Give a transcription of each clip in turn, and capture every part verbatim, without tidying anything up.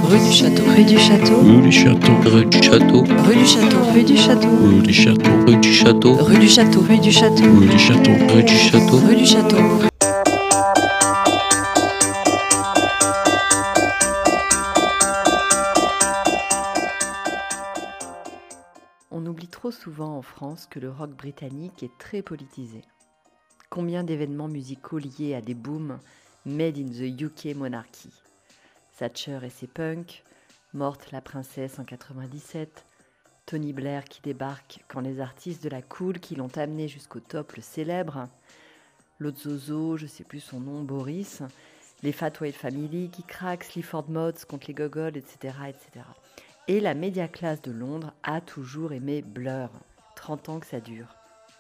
Rue du Château. Rue du Château. Rue du Château. Rue du Château. Rue du Château. Rue du Château. Rue du Château. Rue du Château. Rue du Château. Rue du Château. Rue du Château. Rue du Château. Rue du Château. On oublie trop souvent en France que le rock britannique est très politisé. Combien d'événements musicaux liés à des booms made in the U K monarchy. Thatcher et ses punks, Morte la princesse en quatre-vingt-dix-sept, Tony Blair qui débarque quand les artistes de la cool qui l'ont amené jusqu'au top le célèbrent, l'autre zozo, je sais plus son nom, Boris, les Fat White Family qui craquent Sleaford Mods contre les Gogols, et cetera, et cetera. Et la média classe de Londres a toujours aimé Blur, trente ans que ça dure.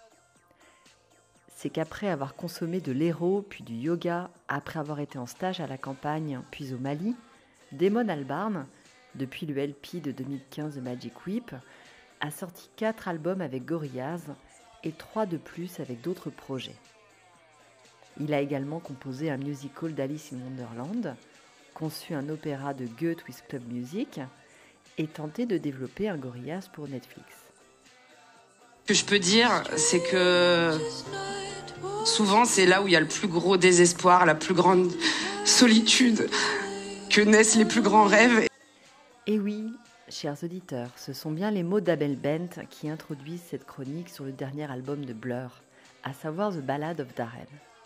C'est qu'après avoir consommé de l'héros, puis du yoga, après avoir été en stage à la campagne, puis au Mali, Damon Albarn, depuis le L P de deux mille quinze de Magic Whip, a sorti quatre albums avec Gorillaz et trois de plus avec d'autres projets. Il a également composé un musical d'Alice in Wonderland, conçu un opéra de Goethe with Club Music et tenté de développer un Gorillaz pour Netflix. Ce que je peux dire, c'est que souvent c'est là où il y a le plus gros désespoir, la plus grande solitude, que naissent les plus grands rêves. Et oui, chers auditeurs, ce sont bien les mots d'Abel Bent qui introduisent cette chronique sur le dernier album de Blur, à savoir The Ballad of Darren.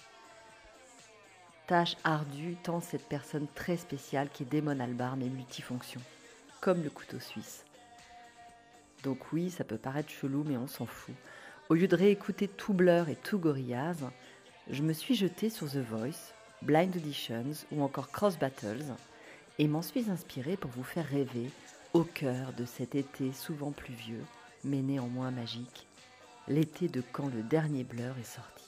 Tâche ardue tant cette personne très spéciale qui est Damon Albarn est multifonction, comme le couteau suisse. Donc oui, ça peut paraître chelou, mais on s'en fout. Au lieu de réécouter tout Blur et tout Gorillaz, je me suis jetée sur The Voice, Blind Auditions ou encore Cross Battles et m'en suis inspirée pour vous faire rêver au cœur de cet été souvent pluvieux, mais néanmoins magique, l'été de quand le dernier Blur est sorti.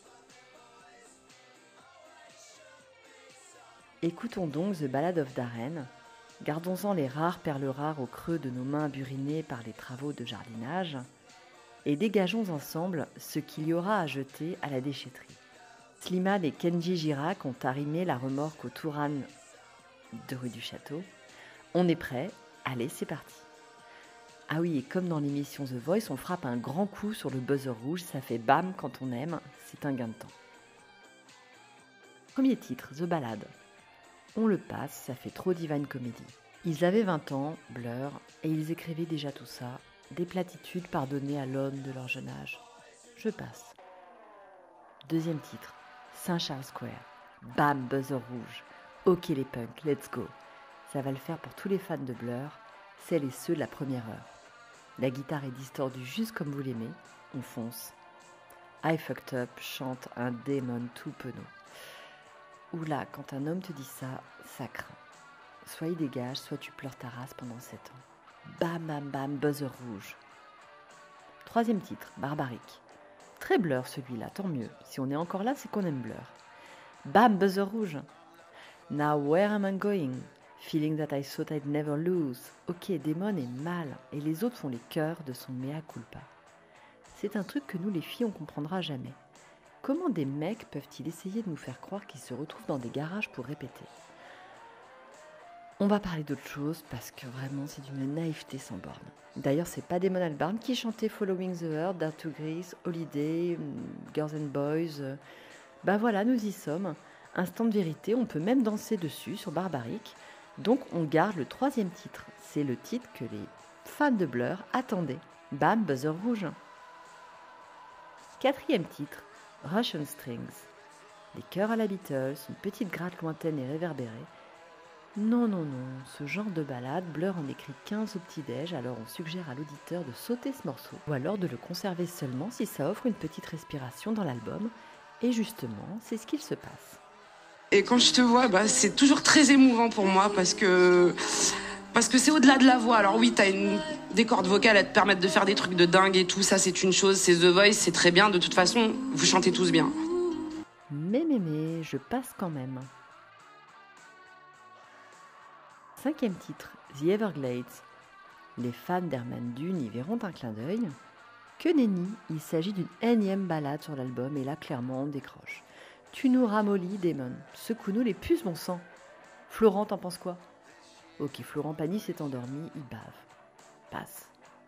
Écoutons donc The Ballad of Darren. Gardons-en les rares perles rares au creux de nos mains burinées par les travaux de jardinage et dégageons ensemble ce qu'il y aura à jeter à la déchetterie. Slimane et Kenji Girac ont arrimé la remorque au Touran de rue du Château. On est prêt? Allez, c'est parti. Ah oui, et comme dans l'émission The Voice, on frappe un grand coup sur le buzzer rouge, ça fait bam quand on aime, c'est un gain de temps. Premier titre, The Ballad. On le passe, ça fait trop divine comedy. Ils avaient vingt ans, Blur, et ils écrivaient déjà tout ça, des platitudes pardonnées à l'homme de leur jeune âge. Je passe. Deuxième titre, Saint-Charles Square. Bam, buzzer rouge. Ok les punks, let's go. Ça va le faire pour tous les fans de Blur, celles et ceux de la première heure. La guitare est distordue juste comme vous l'aimez, on fonce. I Fucked Up chante un démon tout penaud. Oula, quand un homme te dit ça, ça craint. Soit il dégage, soit tu pleures ta race pendant sept ans. Bam bam bam, buzzer rouge. Troisième titre, Barbaric. Très Blur celui-là, tant mieux. Si on est encore là, c'est qu'on aime Blur. Bam, buzzer rouge. Now where am I going? Feeling that I thought I'd never lose. Ok, Damon est mal, et les autres font les chœurs de son mea culpa. C'est un truc que nous les filles on comprendra jamais. Comment des mecs peuvent-ils essayer de nous faire croire qu'ils se retrouvent dans des garages pour répéter? On va parler d'autre chose parce que vraiment c'est d'une naïveté sans borne. D'ailleurs, c'est pas Damon Albarn qui chantait Following the Herd, Dare to Grease, Holiday, Girls and Boys. Ben voilà, nous y sommes. Instant de vérité, on peut même danser dessus sur Barbaric. Donc on garde le troisième titre. C'est le titre que les fans de Blur attendaient. Bam, buzzer rouge. Quatrième titre. Russian Strings. Des chœurs à la Beatles, une petite gratte lointaine et réverbérée. Non, non, non, ce genre de balade, Blur en écrit quinze au petit-déj, alors on suggère à l'auditeur de sauter ce morceau, ou alors de le conserver seulement si ça offre une petite respiration dans l'album, et justement, c'est ce qu'il se passe. Et quand je te vois, bah, c'est toujours très émouvant pour moi, parce que... Parce que c'est au-delà de la voix. Alors oui, t'as une... des cordes vocales à te permettre de faire des trucs de dingue et tout, ça c'est une chose, c'est The Voice, c'est très bien, de toute façon, vous chantez tous bien. Mais, mais, mais, je passe quand même. Cinquième titre, The Everglades. Les fans d'Herman Dune y verront un clin d'œil. Que nenni, il s'agit d'une énième balade sur l'album et là, clairement, on décroche. Tu nous ramollis, Damon. Secoue-nous les puces, bon sang. Florent, t'en penses quoi? Ok, Florent Pagny s'est endormi, il bave. Passe.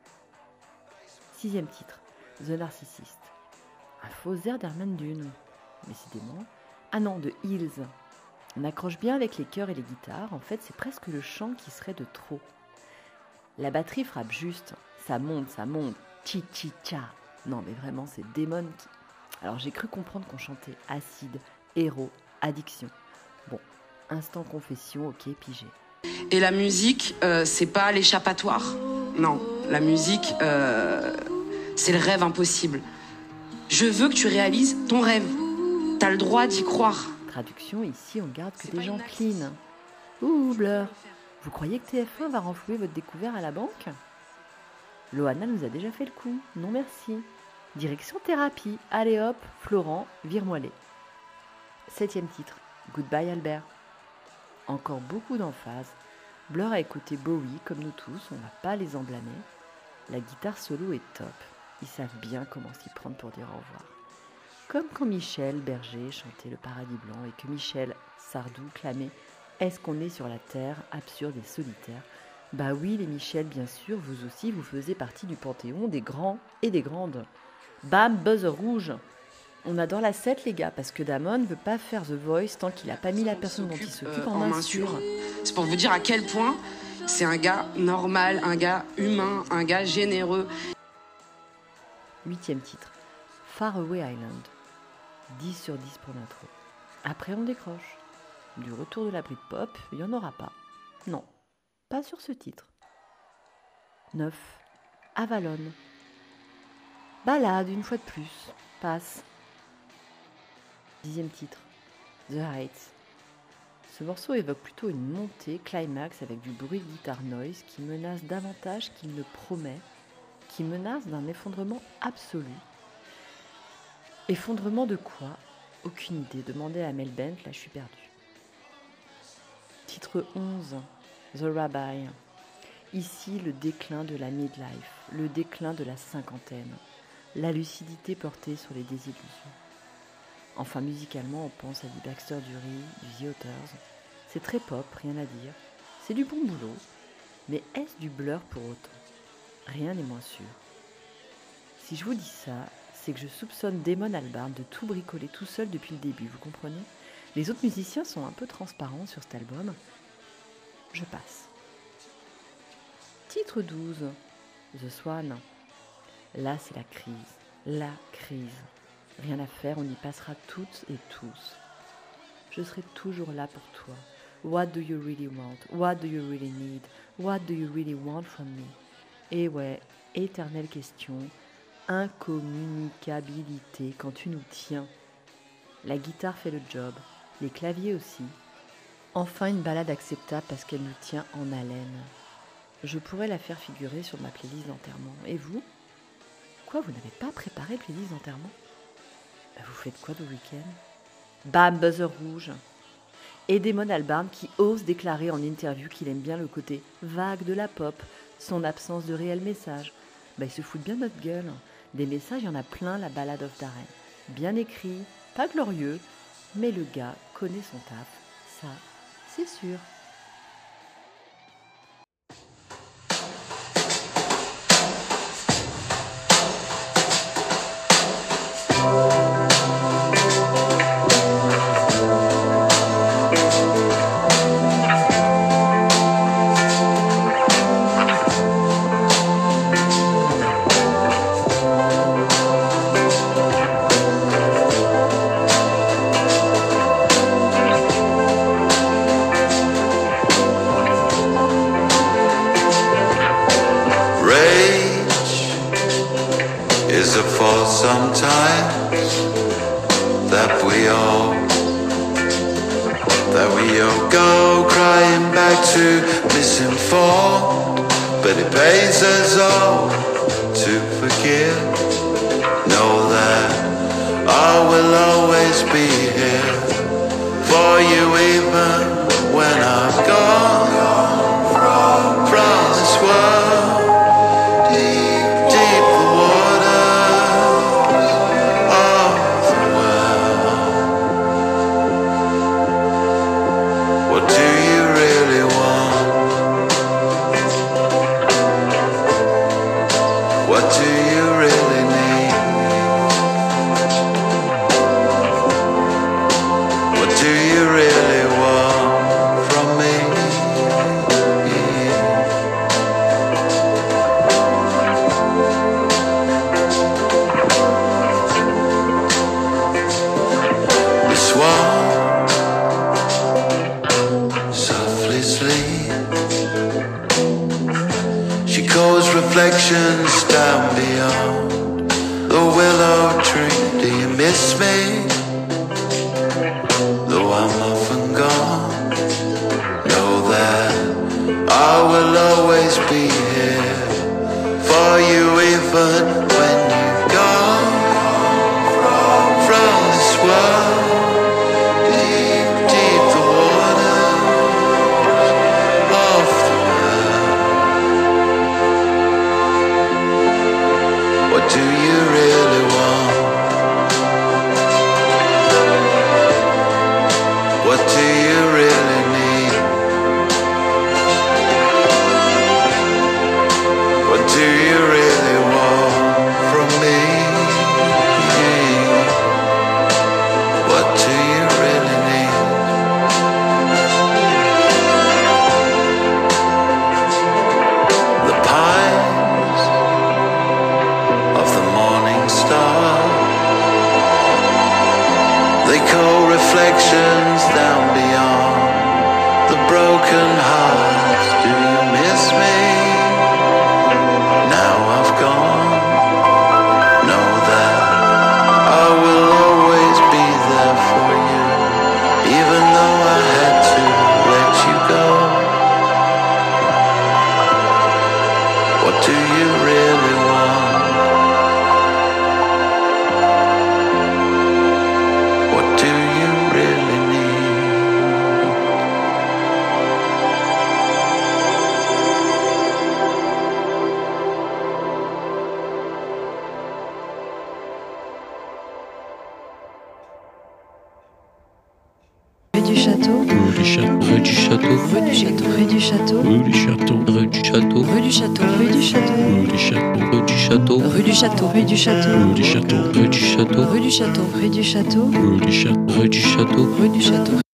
Sixième titre, The Narcissist. Un faux air d'Herman Dune. Décidément. Ah non, de Hills. On accroche bien avec les chœurs et les guitares. En fait, c'est presque le chant qui serait de trop. La batterie frappe juste. Ça monte, ça monte. Chi chi cha. Non, mais vraiment, c'est Damon qui... Alors, j'ai cru comprendre qu'on chantait acide, héros, addiction. Bon, instant confession, ok, pigé. Et la musique, euh, c'est pas l'échappatoire. Non, la musique, euh, c'est le rêve impossible. Je veux que tu réalises ton rêve. T'as le droit d'y croire. Traduction, ici, on garde que des gens clean. Ouh, Blur. Vous croyez que T F un va renflouer votre découvert à la banque? Loana nous a déjà fait le coup. Non, merci. Direction thérapie. Allez hop, Florent, vire-moi-les. Septième titre. Goodbye Albert. Encore beaucoup d'emphase. Blur a écouté Bowie, comme nous tous, on va pas les en blâmer. La guitare solo est top. Ils savent bien comment s'y prendre pour dire au revoir. Comme quand Michel Berger chantait Le Paradis Blanc et que Michel Sardou clamait « Est-ce qu'on est sur la terre, absurde et solitaire ?» Bah oui, les Michel, bien sûr, vous aussi, vous faisiez partie du panthéon des grands et des grandes. Bam, buzzer rouge. On adore la set, les gars, parce que Damon ne veut pas faire The Voice tant qu'il n'a pas mis la personne dont il s'occupe euh, en main sûre. C'est pour vous dire à quel point c'est un gars normal, un gars humain, un gars généreux. Huitième titre. Far Away Island. dix sur dix pour l'intro. Après, on décroche. Du retour de la Britpop, il n'y en aura pas. Non, pas sur ce titre. neuf. Avalon. Balade, une fois de plus. Passe. Dixième titre. The Heights. Ce morceau évoque plutôt une montée, climax, avec du bruit de guitare noise qui menace davantage qu'il ne promet, qui menace d'un effondrement absolu. Effondrement de quoi? Aucune idée. Demandez à Mel Bent, là je suis perdue. Titre onze. The Rabbi. Ici, le déclin de la midlife, le déclin de la cinquantaine, la lucidité portée sur les désillusions. Enfin, musicalement, on pense à du Baxter Dury, du The Authors. C'est très pop, rien à dire. C'est du bon boulot. Mais est-ce du Blur pour autant? Rien n'est moins sûr. Si je vous dis ça, c'est que je soupçonne Damon Albarn de tout bricoler tout seul depuis le début, vous comprenez? Les autres musiciens sont un peu transparents sur cet album. Je passe. Titre douze. The Swan. Là, c'est la crise. La crise. Rien à faire, on y passera toutes et tous. Je serai toujours là pour toi. What do you really want? What do you really need? What do you really want from me? Et ouais, éternelle question, incommunicabilité quand tu nous tiens. La guitare fait le job, les claviers aussi. Enfin une balade acceptable parce qu'elle nous tient en haleine. Je pourrais la faire figurer sur ma playlist d'enterrement. Et vous? Quoi, vous n'avez pas préparé playlist d'enterrement? Vous faites quoi de week-end? Bam, buzzer rouge. Et Damon Albarn qui ose déclarer en interview qu'il aime bien le côté vague de la pop, son absence de réel message. Bah, il se fout bien de notre gueule. Des messages, il y en a plein, la Ballad of Darren. Bien écrit, pas glorieux, mais le gars connaît son taf. Ça, c'est sûr. What do you really want? reflections down beyond the willow tree. Do you miss me? Though I'm often gone, know that I will always be here for you, even when you've gone from this world. Deep, deep the waters of the world. What do you really want? What do you really need? What do you really want from me? What do you really need? The pines of the morning star, they call reflections down beyond the broken hearts. Do you miss me? Now I've gone, know that I will always be there for you, even though I had to let you go. What do you really want? What do you really need? Rue du Château, Rue du Château, rue du Château, rue du Château, rue du Château, rue du Château, rue du Château, rue du Château, rue du Château, rue du Château, rue du Château, rue du Château, rue du Château, rue du Château, rue du Château, rue du Château, rue du Château, rue du Château, rue du Château, rue du Château.